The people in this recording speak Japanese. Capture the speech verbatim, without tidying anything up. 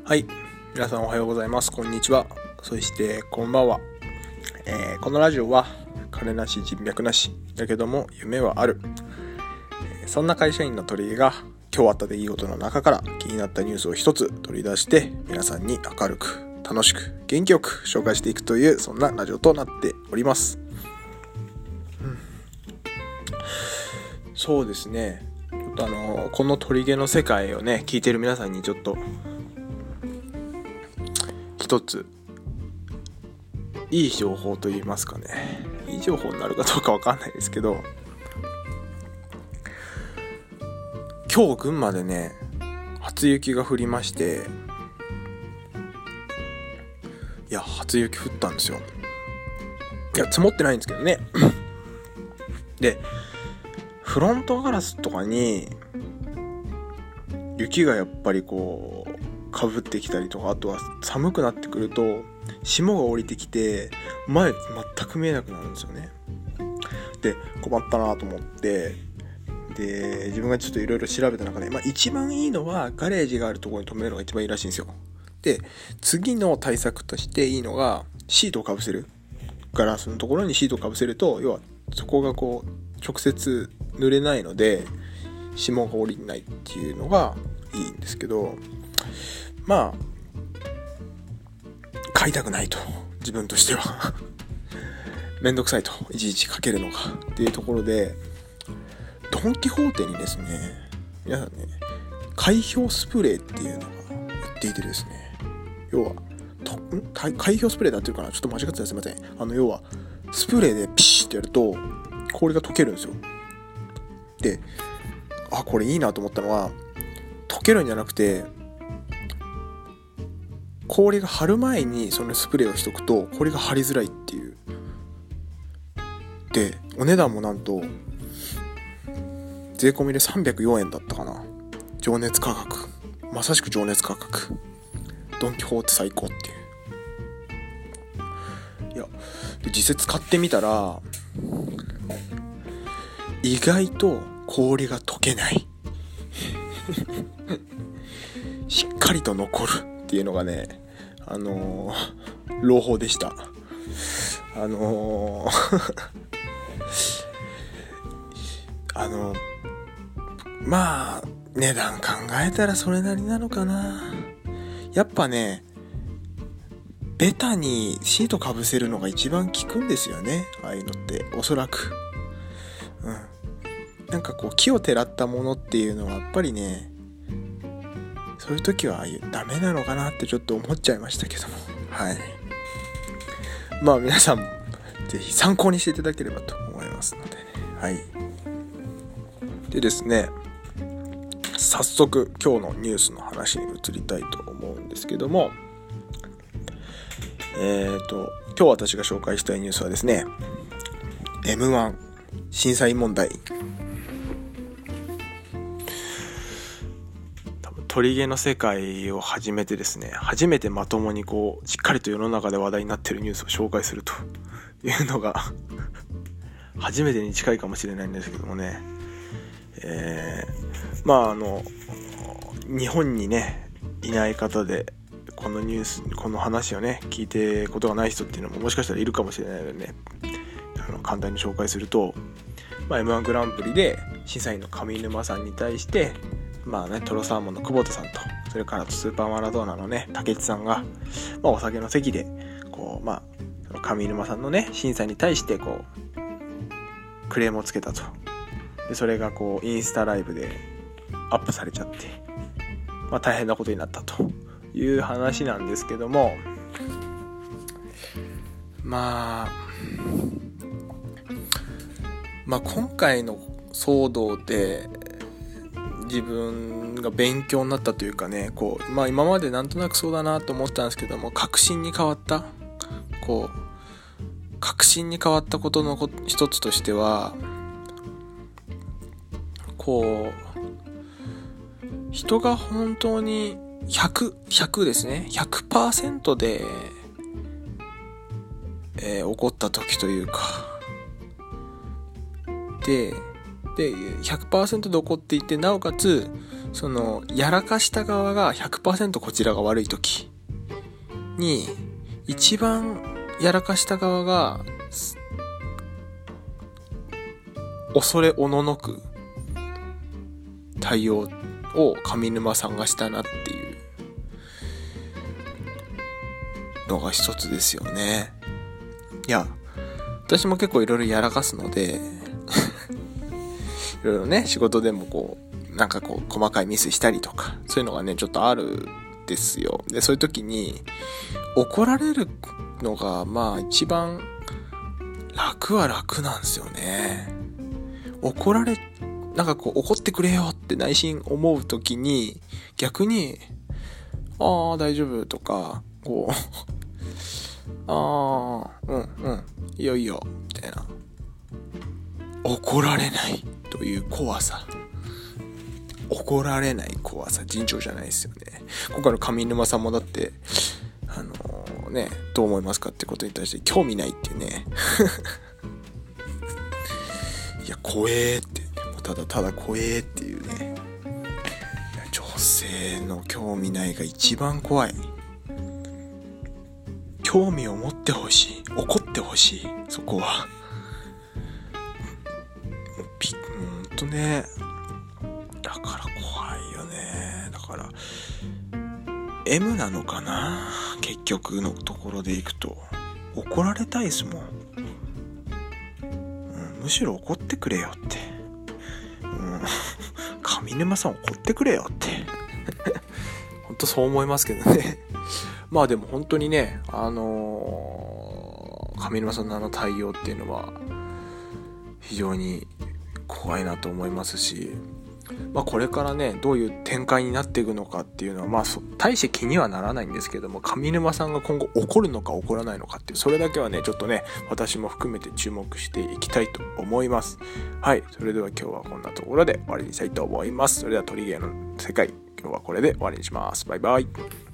はい、皆さんおはようございます。こんにちは。そしてこんばんは。えー、このラジオは金なし人脈なしだけども夢はある、えー、そんな会社員の鳥居が今日あった出来事の中から気になったニュースを一つ取り出して皆さんに明るく楽しく元気よく紹介していくというそんなラジオとなっております。うん、そうですね。ちょっとあのこの鳥毛の世界をね聞いてる皆さんにちょっと一ついい情報と言いますかね、いい情報になるかどうかわかんないですけど、今日群馬でね初雪が降りまして、いや初雪降ったんですよ。いや積もってないんですけどねでフロントガラスとかに雪がやっぱりこうかぶってきたりとか、あとは寒くなってくると霜が降りてきて前全く見えなくなるんですよね。で困ったなと思って、で自分がちょっといろいろ調べた中で、まあ、一番いいのはガレージがあるところに止めるのが一番いいらしいんですよ。で次の対策としていいのがシートをかぶせる、ガラスのところにシートをかぶせると、要はそこがこう直接濡れないので霜が降りないっていうのがいいんですけど、まあ買いたくないと自分としてはめんどくさいといちいちかけるのがっていうところで、ドンキホーテにですね皆さんね開氷スプレーっていうのが売っていてですね、要はとん開氷スプレーだっていうかな、ちょっと間違ってたらすいません。あの要はスプレーでピシッってやると氷が溶けるんですよ。であこれいいなと思ったのは、溶けるんじゃなくて氷が張る前にそのスプレーをしとくと氷が張りづらいっていう。でお値段もなんと税込みでさんびゃくよんえんだったかな。情熱価格、まさしく情熱価格、ドンキホーテ最高っていう。いやで実際使ってみたら意外と氷が溶けないしっかりと残るっていうのがね、あのー、朗報でした。あのー、あのまあ値段考えたらそれなりなのかな。やっぱねベタにシートかぶせるのが一番効くんですよね、ああいうのっておそらく。うん、なんかこう木をてらったものっていうのはやっぱりね、そういう時はダメなのかなってちょっと思っちゃいましたけども、はい。まあ皆さんもぜひ参考にしていただければと思いますのでね。はい。でですね、早速今日のニュースの話に移りたいと思うんですけども、えーと今日私が紹介したいニュースはですね、エムワン 審査員問題。鳥毛の世界を始めてですね、初めてまともにこうしっかりと世の中で話題になっているニュースを紹介するというのが初めてに近いかもしれないんですけどもね、えー、まああの日本にねいない方でこのニュースこの話をね聞いてことがない人っていうのももしかしたらいるかもしれないのでね、あの簡単に紹介すると、まあ、エムワン グランプリで審査員の上沼さんに対してまあね、トロサーモンの久保田さんと、それからスーパーマラドーナのね武智さんが、まあ、お酒の席でこうまあその上沼さんのね審査に対してこうクレームをつけたと。でそれがこうインスタライブでアップされちゃって、まあ大変なことになったという話なんですけども、まあまあ今回の騒動で自分が勉強になったというかね、こうまあ今までなんとなくそうだなと思ったんですけども、確信に変わったこう確信に変わったことの一つとしては、こう人が本当にひゃく、ひゃくですね ひゃくパーセント で、えー、起こった時というかでで ひゃくパーセント で怒っていて、なおかつそのやらかした側が ひゃくパーセント こちらが悪い時に、一番やらかした側が恐れおののく対応を上沼さんがしたなっていうのが一つですよね。いや、私も結構いろいろやらかすのでいろいろね、仕事でもこうなんかこう細かいミスしたりとか、そういうのがねちょっとあるんですよ。でそういう時に怒られるのがまあ一番楽は楽なんですよね。怒られなんかこう怒ってくれよって内心思う時に、逆にああ大丈夫とかこうああうんうんいいよいいよみたいな、怒られないという怖さ、怒られない怖さ尋常じゃないですよね。今回の上沼さんもだってあのー、ねどう思いますかってことに対して興味ないっていうねいや怖えってただただ怖えっていうね。いや女性の興味ないが一番怖い。興味を持ってほしい、怒ってほしい、そこはピうんとね、だから怖いよね。だから M なのかな、結局のところでいくと。怒られたいですもん、うん、むしろ怒ってくれよって、うん、上沼さん怒ってくれよって本当そう思いますけどねまあでも本当にね、あのー、上沼さんのあの対応っていうのは非常に怖いなと思いますし、まあこれからねどういう展開になっていくのかっていうのはまあ大して気にはならないんですけども、上沼さんが今後怒るのか怒らないのかっていう、それだけはねちょっとね私も含めて注目していきたいと思います。はい、それでは今日はこんなところで終わりにしたいと思います。それでは鳥芸の世界、今日はこれで終わりにします。バイバイ。